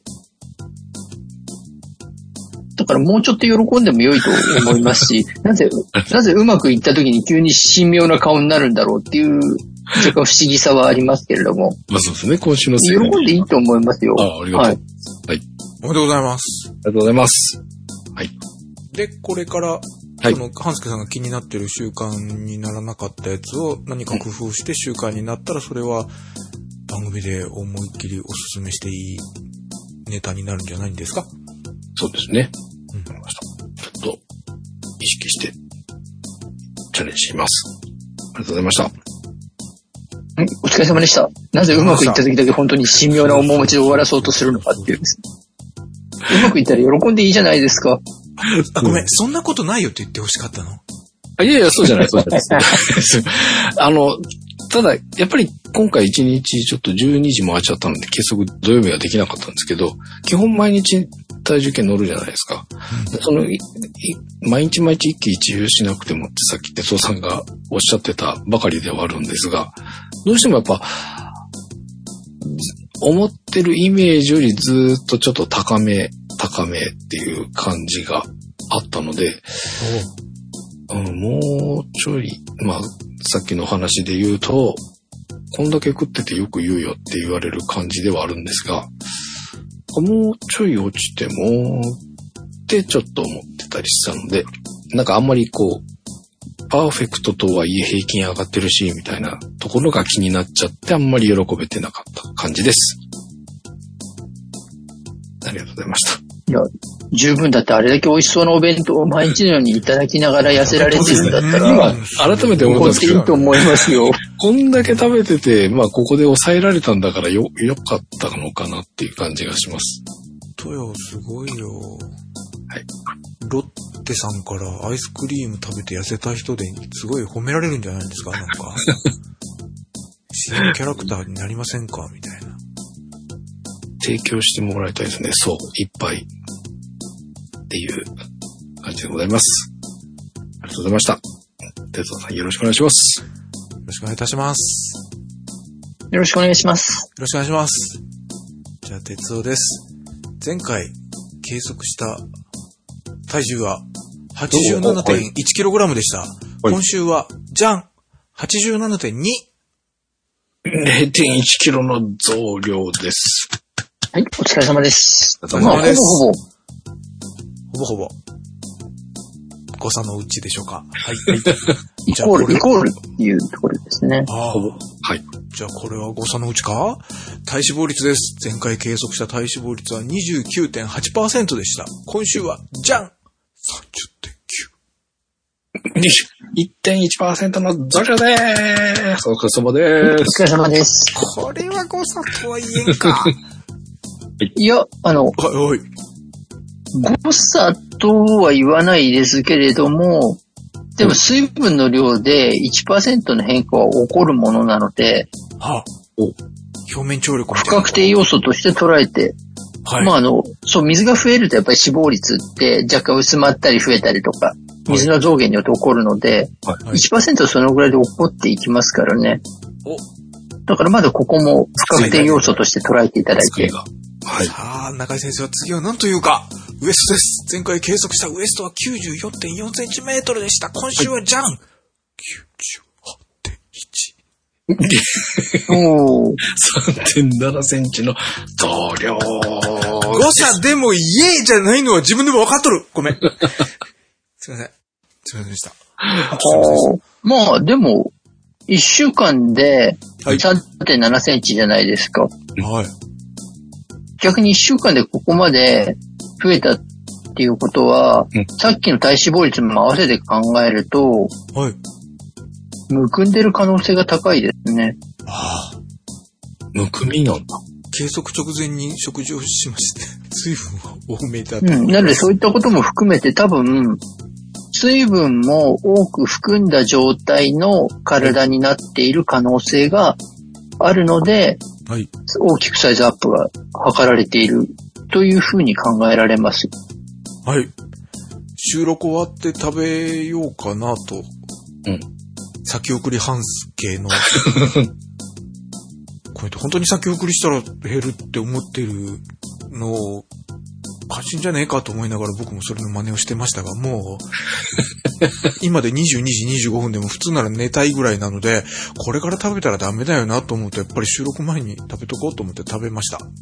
だからもうちょっと喜んでも良いと思いますし、なぜ、なぜうまくいった時に急に神妙な顔になるんだろうっていう、若干不思議さはありますけれども。 まあそうですね、今週の喜んでいいと思いますよ。 ああ、ありがとう。はい。はい、 おめでとうございます。 ありがとうございます。はい。 で、これから、はい、その、半助さんが気になっている習慣にならなかったやつを何か工夫して習慣になったら、それは番組で思いっきりおすすめしていいネタになるんじゃないんですか？ そうですね。うん。ちょっと意識してチャレンジします。ありがとうございました。 お疲れ様でした。なぜうまくいった時だけ本当に神妙な面持ちで終わらそうとするのかっていうですね。うまくいったら喜んでいいじゃないですか。 あ、ごめん、そんなことないよって言ってほしかったの？ あ、いやいや、そうじゃない、そうじゃないです。あの、ただ、やっぱり今回一日ちょっとじゅうにじ回っちゃったので、計測土曜日はできなかったんですけど、基本毎日体重計乗るじゃないですか。うん、その、毎日毎日一喜一憂しなくてもってさっき哲夫さんがおっしゃってたばかりではあるんですが、どうしてもやっぱ、思ってるイメージよりずっとちょっと高め、高めっていう感じがあったので、うん、もうちょい、まあ、さっきの話で言うと、こんだけ食っててよく言うよって言われる感じではあるんですが、もうちょい落ちてもってちょっと思ってたりしたので、なんかあんまりこう、 パーフェクトとはいえ平均上がってるし、みたいなところが気になっちゃってあんまり喜べてなかった感じです。ありがとうございました。 いや、十分だってあれだけ美味しそうなお弁当を毎日のようにいただきながら痩せられてるんだったら、 今、改めて思ったんですけど、 ここでいいと思いますよ。 こんだけ食べてて、まあここで抑えられたんだからよ、よかったのかなっていう感じがします。 とよ、すごいよ。 はい。 ロッテさんからアイスクリーム食べて痩せた人ですごい褒められるんじゃないですか、なんか。シーエム キャラクターになりませんかみたいな。 提供してもらいたいですね。そう、いっぱい。っていう感じでございます。ありがとうございました。哲夫さんよろしくお願いします。 よろしくお願いいたします。 よろしくお願いします。 よろしくお願いします。じゃあ、哲夫です。前回計測した体重は はちじゅうななてんいちキログラム でした。今週は、じゃん !はちじゅうななてんに。 れいてんいちキロの増量です。 はい、お疲れ様です。 お疲れ様です。 ほぼほぼ。 ほぼほぼ。誤差のうちでしょうか。はい。 イコール、イコールっていうところですね。 ああ。 はい。 じゃあこれは誤差のうちか？体脂肪率です。前回計測した体脂肪率は にじゅうきゅうてんはちパーセント でした。今週は、じゃん !さんじゅってんきゅう。 いってんいちパーセント の増量でーす。お疲れ様でーす。 お疲れ様です。 これは誤差とは言えんか。 いや、あの、 はい、はい。 誤差とは言わないですけれども、でも水分の量で いちパーセント の変化は起こるものなので、 はあ、表面張力みたいな。 不確定要素として捉えて、はい、まああの、そう、水が増えるとやっぱり脂肪率って若干薄まったり増えたりとか、水の増減によって起こるので、はいはい、いちパーセント そのぐらいで起こっていきますからね。おだからまだここも不確定要素として捉えていただいて。 はい、さあ、中井先生は次は何というか、ウエストです。前回計測したウエストは きゅうじゅうよんてんよんセンチメートルでした。今週はじゃん、はい、きゅうじゅうはちてんいち。 おー。 さんてんななセンチの増量。 誤差でもイエーじゃないのは自分でも分かっとる。ごめん。すいません。すいませんでした。 まあ、でも、いっしゅうかんで さんてんななセンチじゃないですか。 はい。 逆にいっしゅうかんでここまで増えたっていうことは、うん、さっきの体脂肪率も合わせて考えると、はい。むくんでる可能性が高いですね。 ああ。 むくみなんだ。 計測直前に食事をしまして、水分は多めだと。 うん。なのでそういったことも含めて多分、水分も多く含んだ状態の体になっている可能性があるので、はい、大きくサイズアップが図られているというふうに考えられます。 はい。収録終わって食べようかなと。うん。先送り半径の。これって本当に先送りしたら減るって思ってるのを過信じゃねえかと思いながら僕もそれの真似をしてましたが、もう、今でにじゅうにじにじゅうごふんでも普通なら寝たいぐらいなので、これから食べたらダメだよなと思うと、やっぱり収録前に食べとこうと思って食べました。はい。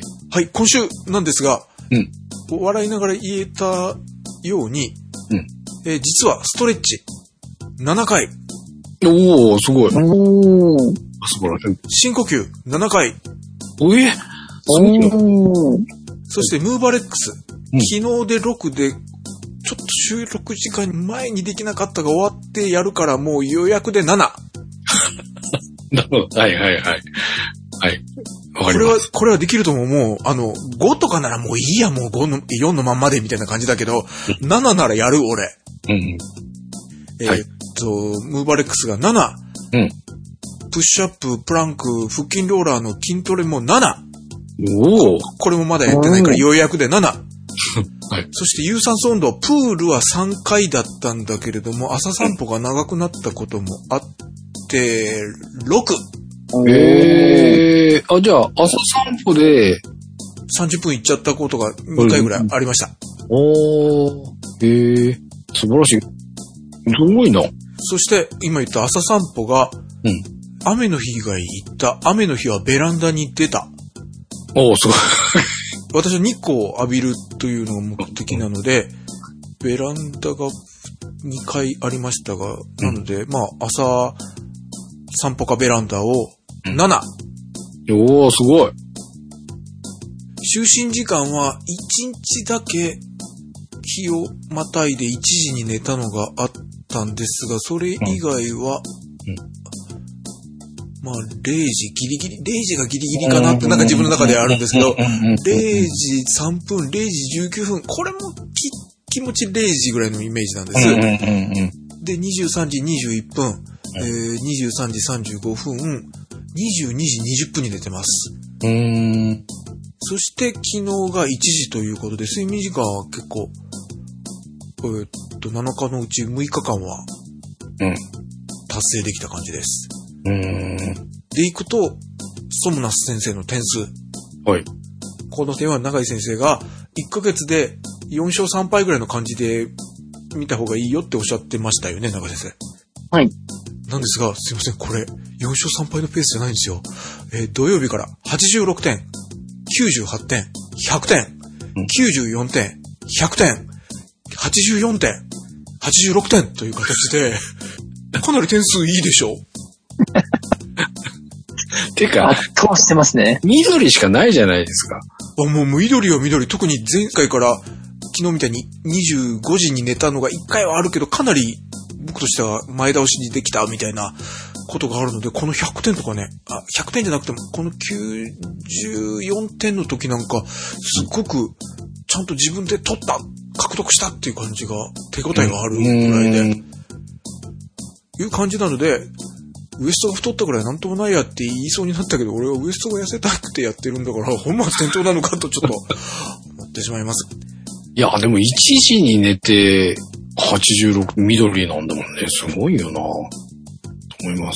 はい、今週なんですが、うん、笑いながら言えたように、うんえー、実はストレッチななかい。 おー、すごい。おー。素晴らしい。 深呼吸ななかい。 おえおそしてムーバレックス、うん、昨日でろくでちょっと収録時間前にできなかったが終わってやるからもう予約でなな。 なるほど。はいはいはい。はい。わかります。 これは、これはできると思う。もう、あの、ごとかならもういいや、もうごの、よんのまんまでみたいな感じだけど、ななならやる、俺。うん。えー、っと、はい、ムーバレックスがなな。うん。プッシュアップ、プランク、腹筋ローラーの筋トレもなな。 おお。 これもまだやってないから予約でなな。はい。そして有酸素運動、プールはさんかいだったんだけれども、朝散歩が長くなったこともあって、ろく。 へえー。あ、じゃあ、朝散歩で、 さんじゅっぷん行っちゃったことがにかいぐらいありました。 おー。へえ。素晴らしい。すごいな。 そして、今言った朝散歩が、うん。雨の日が行った。雨の日はベランダに出た。 おー、すごい。 私は日光を浴びるというのが目的なので、ベランダがにかいありましたが、なので、うん、まあ、朝、散歩かベランダをなな。 うん、おー、すごい。 就寝時間はいちにちだけ日をまたいでいちじに寝たのがあったんですが、それ以外は、うんうん、まあ、れいじギリギリ、れいじがギリギリかなってなんか自分の中であるんですけど、れいじさんぷん、れいじじゅうきゅうふん、これもき気持ちれいじぐらいのイメージなんです。で、にじゅうさんじにじゅういっぷん、えー、にじゅうさんじさんじゅうごふん、にじゅうにじにじゅっぷんに寝てます。 うーん。 そして昨日がいちじということで、睡眠時間は結構、えー、っと、なのかのうちむいかかんは、 うん。 達成できた感じです。 うーん。 で、いくと、ソムナス先生の点数。 はい。 この点は永井先生が、いっかげつでよんしょうさんぱいぐらいの感じで見た方がいいよっておっしゃってましたよね、永井先生。 はい。 なんですが、すいません、これ、よんしょうさんぱいのペースじゃないんですよ。えー、土曜日からはちじゅうろくてん、きゅうじゅうはちてん、ひゃくてん、きゅうじゅうよんてん、ひゃくてん、はちじゅうよんてん、はちじゅうろくてんという形で、かなり点数いいでしょてか、 圧倒してますね。 緑しかないじゃないですか。 あ、もう緑は緑。特に前回から昨日みたいににじゅうごじに寝たのがいっかいはあるけど、かなり僕としては前倒しにできたみたいなことがあるので、このひゃくてんとかね、あ、ひゃくてんじゃなくても、このきゅうじゅうよんてんの時なんか、すっごくちゃんと自分で取った、獲得したっていう感じが、手応えがあるぐらいで、いう感じなので、ウエストが太ったくらいなんともないやって言いそうになったけど、俺はウエストが痩せたくてやってるんだから、本末転倒なのかとちょっと思ってしまいます。 いや、でもいちじに寝て、はちじゅうろく、緑なんだもんね。すごいよなと思います。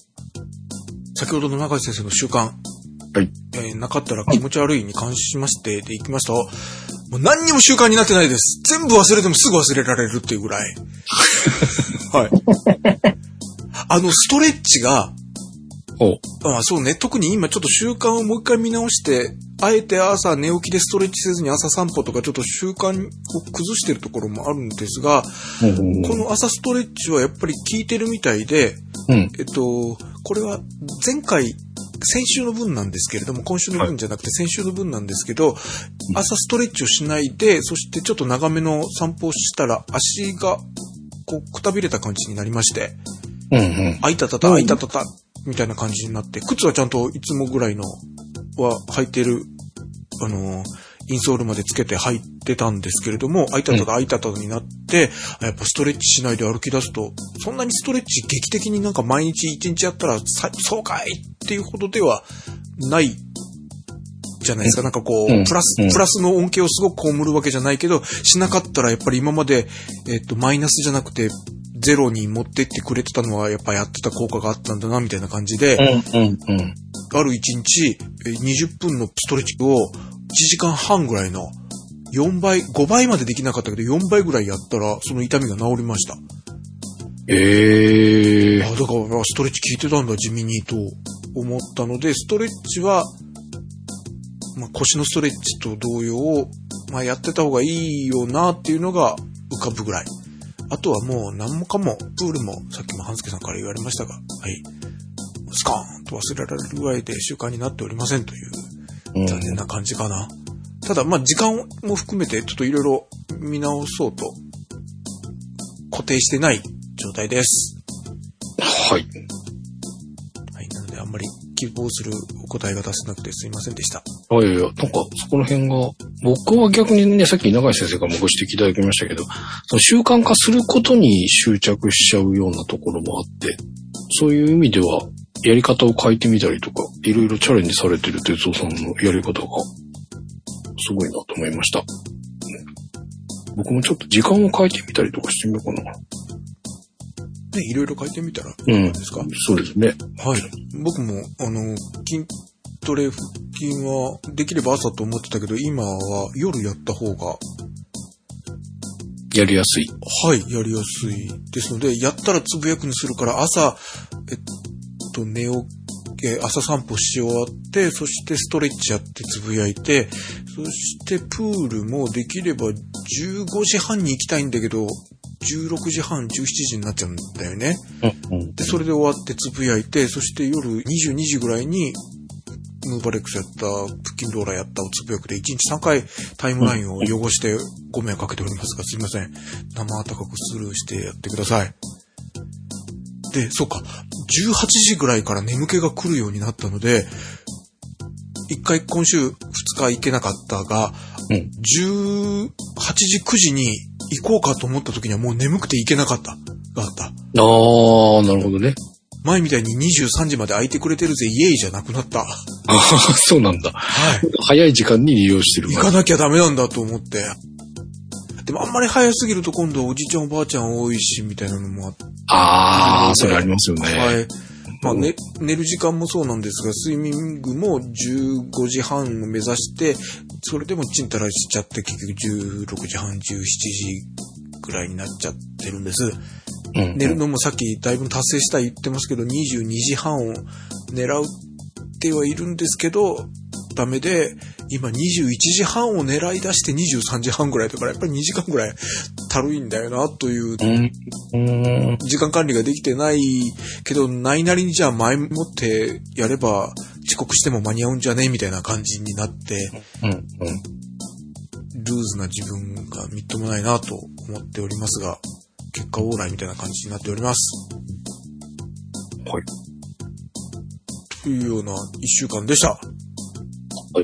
先ほどの中井先生の習慣。 はい。 えー、なかったら気持ち悪いに関しましてでいきますと、もう何にも習慣になってないです。全部忘れてもすぐ忘れられるっていうぐらい。はい。あの、ストレッチが、 おあ、そうね。特に今ちょっと習慣をもう一回見直して、あえて朝寝起きでストレッチせずに朝散歩とかちょっと習慣を崩してるところもあるんですが、うん、この朝ストレッチはやっぱり効いてるみたいで、うん、えっと、これは前回、先週の分なんですけれども、今週の分じゃなくて先週の分なんですけど、はい、朝ストレッチをしないで、そしてちょっと長めの散歩をしたら足がこうくたびれた感じになりまして、うんうん、あいたたた、あいたたた、みたいな感じになって、靴はちゃんといつもぐらいのは履いてる、あのー、インソールまでつけて履いてたんですけれども、あいたたた、あいたたたになって、やっぱストレッチしないで歩き出すと、そんなにストレッチ劇的になんか毎日一日やったら、そうかいっていうほどではないじゃないですか。なんかこう、うん、プラス、プラスの恩恵をすごく被るわけじゃないけど、しなかったらやっぱり今まで、えっと、マイナスじゃなくて、ゼロに持ってってくれてたのはやっぱやってた効果があったんだなみたいな感じで、うんうんうん、ある一日にじゅっぷんのストレッチをいちじかんはんぐらいのよんばい、ごばいまでできなかったけどよんばいぐらいやったらその痛みが治りました。 えー。 あ、だからストレッチ効いてたんだ地味にと思ったので、ストレッチは、まあ、腰のストレッチと同様、まあ、やってた方がいいよなっていうのが浮かぶぐらい。あとはもう何もかも、プールもさっきも半助さんから言われましたが、はい。スカーンと忘れられるぐらいで習慣になっておりませんという残念な感じかな。うん、ただ、まあ時間も含めてちょっといろいろ見直そうと固定してない状態です。 はい。 はい。なのであんまり希望するお答えが出せなくてすいませんでした。 いやいや、なんかそこら辺が、僕は逆にね、さっき永井先生からもご指摘いただきましたけど、その習慣化することに執着しちゃうようなところもあって、そういう意味ではやり方を変えてみたりとか、いろいろチャレンジされてる哲夫さんのやり方がすごいなと思いました。僕もちょっと時間を変えてみたりとかしてみようかな。 ね、いろいろ変えてみたらどうですか？うん、 そうですね。 はい。僕も、あの、筋トレ、腹筋はできれば朝と思ってたけど、今は夜やった方が、 やりやすい。 はい、やりやすいですので、やったらつぶやくにするから、朝、えっと、寝起き、朝散歩し終わって、そしてストレッチやってつぶやいて、そしてプールもできればじゅうごじはんに行きたいんだけど、 じゅうろくじはん、じゅうしちじになっちゃうんだよね。 うんうん、 で、それで終わってつぶやいて、そして夜にじゅうにじぐらいに、ムーバレックスやった、プキンローラーやったをつぶやくでいちにちさんかいタイムラインを汚してご迷惑かけておりますが、すいません。生温かくスルーしてやってください。で、そうか、じゅうはちじぐらいから眠気が来るようになったので、一回今週ふつか行けなかったが、うん、じゅうはちじ、くじに行こうかと思った時にはもう眠くて行けなかった、があった。 ああ、なるほどね。 前みたいににじゅうさんじまで空いてくれてるぜ、イエイじゃなくなった。ああ、そうなんだ。はい。早い時間に利用してる。 行かなきゃダメなんだと思って。でもあんまり早すぎると今度おじいちゃんおばあちゃん多いし、みたいなのもあって。 ああ、それありますよね。 はい。まあ、ね、寝る時間もそうなんですが、睡眠具もじゅうごじはんを目指して、それでもちんたらしちゃって結局じゅうろくじはん、じゅうしちじぐらいになっちゃってるんです。うんうん、寝るのもさっきだいぶ達成したい言ってますけど、にじゅうにじはんを狙ってはいるんですけど、ダメで、今にじゅういちじはんを狙い出してにじゅうさんじはんぐらいだから、やっぱりにじかんぐらいたるいんだよな、という、時間管理ができてないけど、ないなりにじゃあ前もってやれば遅刻しても間に合うんじゃねみたいな感じになって、うんうん、ルーズな自分がみっともないなと思っておりますが、結果オーライみたいな感じになっております。はい。というようないっしゅうかんでした。はい。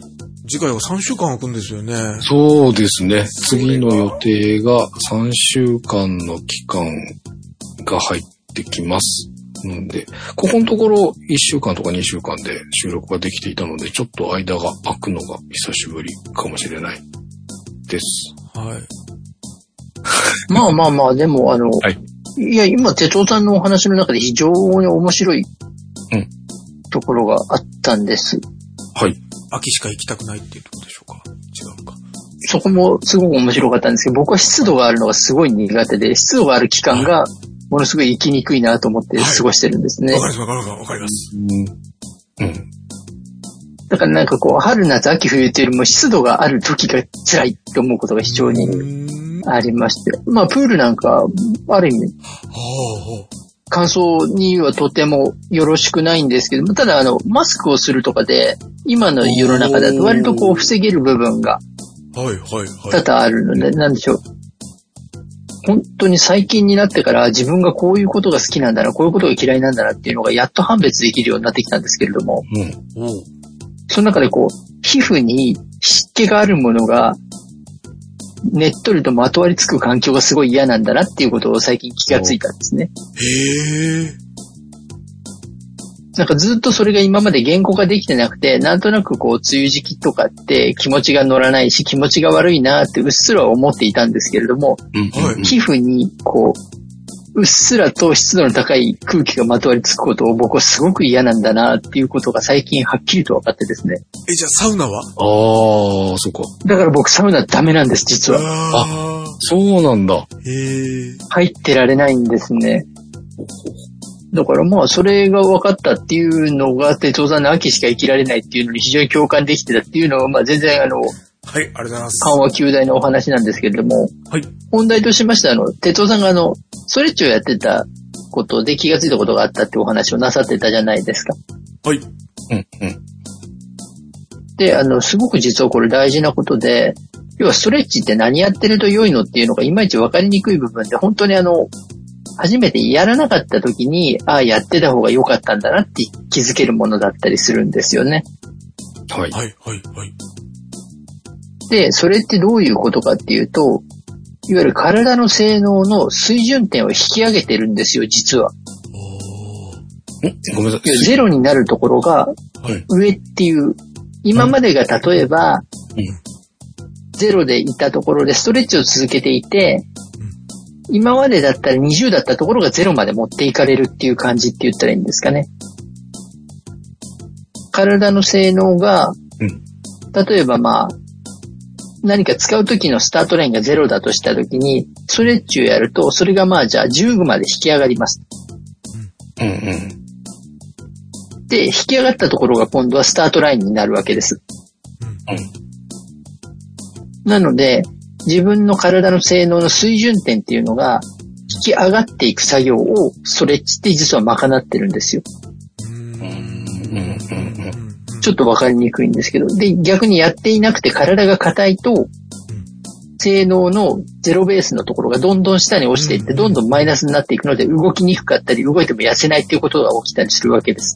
次回はさんしゅうかん空くんですよね。 そうですね。次の予定がさんしゅうかんの期間が入ってきます。ので、ここのところいっしゅうかんとかにしゅうかんで収録ができていたので、ちょっと間が空くのが久しぶりかもしれないです。はい。 まあまあまあ、でもあの、はい、いや、今、哲夫さんのお話の中で非常に面白い、うん、ところがあったんです。 はい。秋しか行きたくないっていうところでしょうか。違うか。 そこもすごく面白かったんですけど、僕は湿度があるのがすごい苦手で、湿度がある期間がものすごい生きにくいなと思って過ごしてるんですね。 わ、はい、かります、わかります。うん。うん。 だからなんかこう、春夏秋冬というよりも湿度がある時が辛いって思うことが非常にありまして。まあ、プールなんか、ある意味、乾燥にはとてもよろしくないんですけども、ただあの、マスクをするとかで、今の世の中だと割とこう、防げる部分が、はいはいはい。多々あるので、なんでしょう。本当に最近になってから自分がこういうことが好きなんだな、こういうことが嫌いなんだなっていうのがやっと判別できるようになってきたんですけれども、うん、その中でこう、皮膚に湿気があるものが、ねっとりとまとわりつく環境がすごい嫌なんだなっていうことを最近気がついたんですね。へー。なんかずっとそれが今まで言語化できてなくて、なんとなくこう、梅雨時期とかって気持ちが乗らないし、気持ちが悪いなってうっすら思っていたんですけれども、うんはい、皮膚にこう、うっすらと湿度の高い空気がまとわりつくことを僕はすごく嫌なんだなっていうことが最近はっきりと分かってですね。 え、じゃあサウナは？ ああ、そっか。 だから僕サウナダメなんです、実は。 あ、そうなんだ。 へー。入ってられないんですね。だからまあそれが分かったっていうのがあって、当然の秋しか生きられないっていうのに非常に共感できてたっていうのは、まあ全然あの、 はい、ありがとうございます。 緩和球大のお話なんですけれども、はい。本題としましては、あの、哲夫さんがあの、ストレッチをやってたことで気がついたことがあったってお話をなさってたじゃないですか。はい。うん、うん。で、あの、すごく実はこれ大事なことで、要はストレッチって何やってると良いのっていうのがいまいち分かりにくい部分で、本当にあの、初めてやらなかった時に、ああ、やってた方が良かったんだなって気づけるものだったりするんですよね。はい。はい、はい、はい。で、それってどういうことかっていうと、いわゆる体の性能の水準点を引き上げてるんですよ、実は。ごめんなさい。ゼロになるところが上っていう、はい、今までが例えば、うん、ゼロでいたところでストレッチを続けていて、うん、今までだったらにじゅうだったところがゼロまで持っていかれるっていう感じって言ったらいいんですかね。体の性能が、うん、例えばまあ、何か使うときのスタートラインがゼロだとしたときに、ストレッチをやると、それがまあじゃあじゅうまで引き上がります。うんうん、で、引き上がったところが今度はスタートラインになるわけです。うんうん、なので、自分の体の性能の水準点っていうのが、 き上がっていく作業をストレッチって実は賄ってるんですよ。ちょっとわかりにくいんですけど、で、逆にやっていなくて体が硬いと、性能のゼロベースのところがどんどん下に落ちていって、どんどんマイナスになっていくので、動きにくかったり、動いても痩せないっていうことが起きたりするわけです。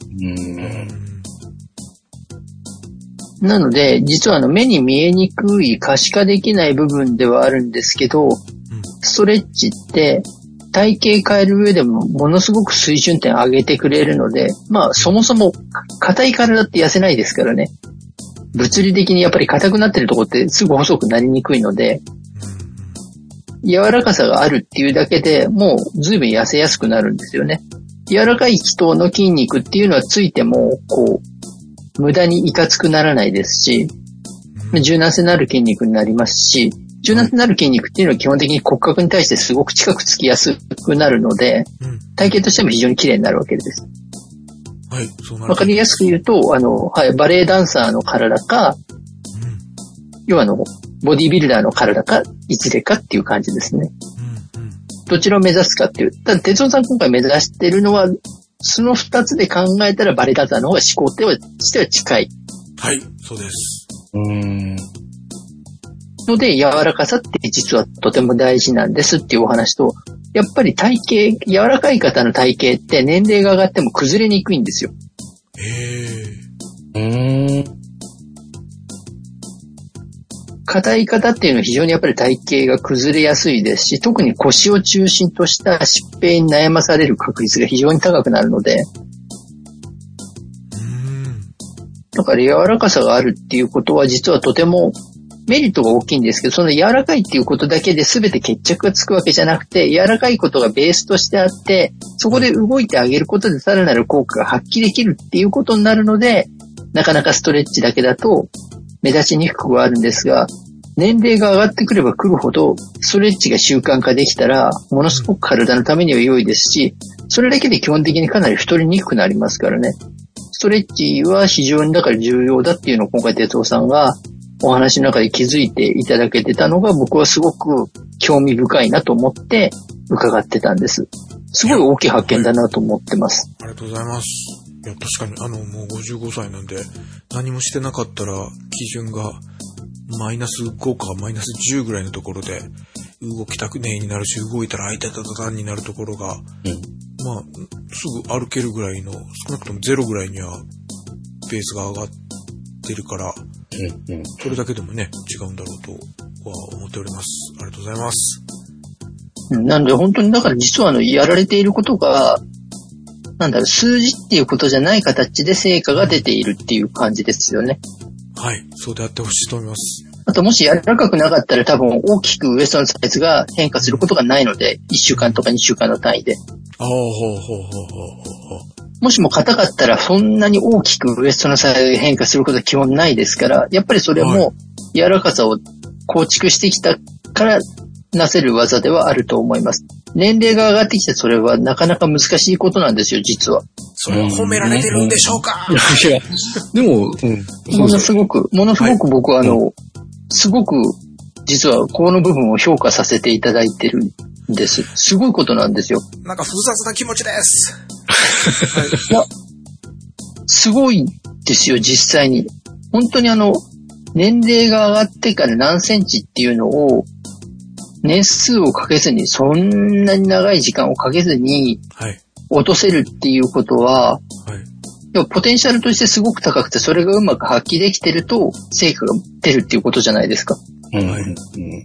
なので、実はあの目に見えにくい可視化できない部分ではあるんですけど、ストレッチって体型変える上でもものすごく水準点上げてくれるので、まあそもそも硬い体って痩せないですからね。物理的にやっぱり硬くなってるところってすぐ細くなりにくいので、柔らかさがあるっていうだけでもう随分痩せやすくなるんですよね。柔らかい人の筋肉っていうのはついてもこう無駄にいかつくならないですし、柔軟性のある筋肉になりますし、柔軟性のある筋肉っていうのは基本的に骨格に対してすごく近くつきやすくなるので、体型としても非常に綺麗になるわけです。 はい、そうなる。 わかりやすく言うと、あの、はい、バレエダンサーの体か、うん、要はあの、ボディビルダーの体か、いずれかっていう感じですね。うんうん、どちらを目指すかっていう。ただ、哲夫さん今回目指しているのは、その二つで考えたらバレエダンサーの方が思考としては近い。 はい、そうです。 うーん。 ので、柔らかさって実はとても大事なんですっていうお話と、やっぱり体型、柔らかい方の体型って年齢が上がっても崩れにくいんですよ。 へー。うーん。 硬い方っていうのは非常にやっぱり体型が崩れやすいですし、特に腰を中心とした疾病に悩まされる確率が非常に高くなるので、だから柔らかさがあるっていうことは実はとてもメリットが大きいんですけど、その柔らかいっていうことだけで全て決着がつくわけじゃなくて、柔らかいことがベースとしてあって、そこで動いてあげることでさらなる効果が発揮できるっていうことになるので、なかなかストレッチだけだと目立ちにくくはあるんですが、年齢が上がってくればくるほど、ストレッチが習慣化できたら、ものすごく体のためには良いですし、それだけで基本的にかなり太りにくくなりますからね。ストレッチは非常にだから重要だっていうのを今回哲夫さんがお話の中で気づいていただけてたのが僕はすごく興味深いなと思って伺ってたんです。すごい大きい発見だなと思ってます。 ありがとうございます。いや、確かにあのもうごじゅうごさいなんで何もしてなかったら基準がマイナスごかマイナスじゅうぐらいのところで動きたくねえになるし、動いたらあいたたたたになるところが、うん、まあすぐ歩けるぐらいの少なくともゼロぐらいにはペースが上がってるから、うんうん、それだけでもね違うんだろうとは思っております。ありがとうございます。 なので本当にだから実はあのやられていることがなんだろう数字っていうことじゃない形で成果が出ているっていう感じですよね。 はい、そうであってほしいと思います。 あともし柔らかくなかったら多分大きくウエストのサイズが変化することがないので、いっしゅうかんとかにしゅうかんの単位で。 ああ、ほうほうほうほうほうほう。もしも硬かったらそんなに大きくウエストのサイズが変化することは基本ないですから、やっぱりそれも柔らかさを構築してきたからなせる技ではあると思います。年齢が上がってきてそれはなかなか難しいことなんですよ、実は。 それは褒められてるんでしょうか？ いや、でも、うん、 ものすごく、ものすごく僕はあの、はい、すごく実はこの部分を評価させていただいてるんです。すごいことなんですよ。 なんか複雑な気持ちです。 はい、いや、すごいですよ、実際に。本当にあの、年齢が上がってから何センチっていうのを、年数をかけずに、そんなに長い時間をかけずに、落とせるっていうことは、はい、でもポテンシャルとしてすごく高くて、それがうまく発揮できてると、成果が出るっていうことじゃないですか。うんうんうん、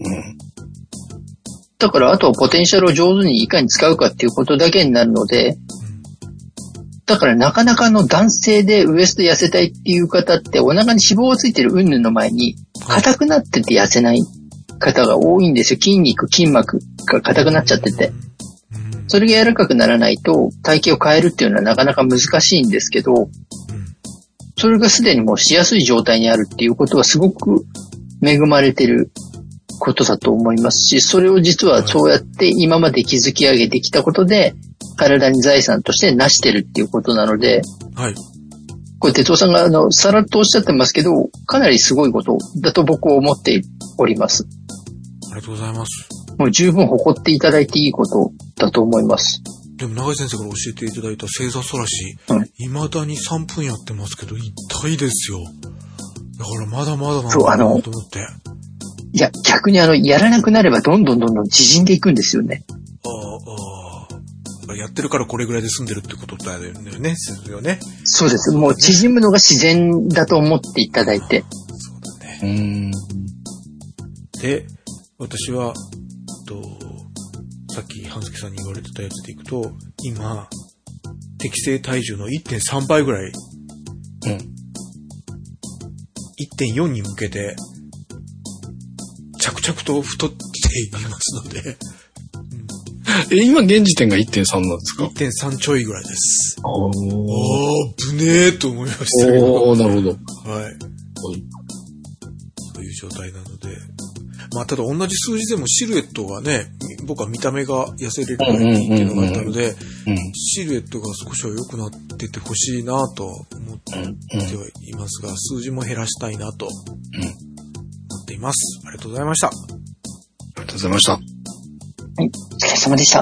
だから、あとはポテンシャルを上手にいかに使うかっていうことだけになるので、だからなかなかの男性でウエスト痩せたいっていう方って、お腹に脂肪がついてる云々の前に、硬くなってて痩せない方が多いんですよ。筋肉、筋膜が硬くなっちゃってて。それが柔らかくならないと体型を変えるっていうのはなかなか難しいんですけど、それがすでにもうしやすい状態にあるっていうことはすごく恵まれてることだと思いますし、それを実はそうやって今まで築き上げてきたことで体に財産として成してるっていうことなので、はい、これ哲夫さんがあのさらっとおっしゃってますけど、かなりすごいことだと僕は思っております。 ありがとうございます。 もう十分誇っていただいていいことだと思います。 でも長井先生から教えていただいた星座そらし、いま、うん、だにさんぷんやってますけど、痛いですよ。だからまだまだなんだなと思って。 いや、逆にあの、やらなくなればどんどんどんどん縮んでいくんですよね。 ああ、ああ。やってるからこれぐらいで済んでるってことだよね。ですよね。 そうです。もう縮むのが自然だと思っていただいて。 そうだね。 うーん。 で、私は、と、さっき半助さんに言われてたやつでいくと、今、適正体重の いってんさん 倍ぐらい、 うん。 いってんよん に向けて、着々と太っていますので。 うん、え、今現時点が いってんさん なんですか？ いってんさん ちょいぐらいです。 おー。 おー、ぶねーと思いましたけど。 おー、なるほど。 はい。そういう状態なので。まあ、ただ同じ数字でもシルエットがね、僕は見た目が痩せれるぐらいいいっていうのがあったので、シルエットが少しは良くなっててほしいなと思ってはいますが、数字も減らしたいなと思っています。ありがとうございました。ありがとうございました。はい、 お疲れ様でした。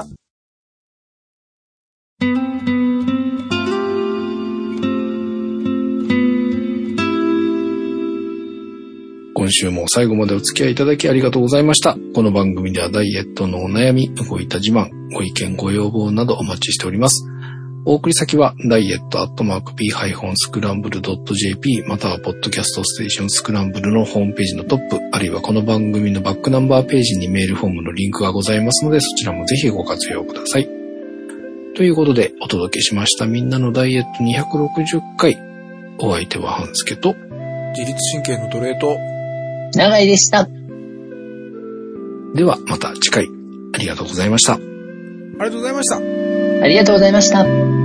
今週も最後までお付き合いいただきありがとうございました。この番組ではダイエットのお悩み、動いた自慢、ご意見ご要望などお待ちしております。お送り先はダイエットアットマーク ピースクランブルドットジェーピー またはポッドキャストステーションスクランブルのホームページのトップ、あるいはこの番組のバックナンバーページにメールフォームのリンクがございますので、そちらもぜひご活用ください。ということでお届けしましたみんなのダイエットにひゃくろくじゅっかい。お相手は半助と自律神経の奴隷と長井でした。 ではまた次回。ありがとうございました。ありがとうございました。 ありがとうございました。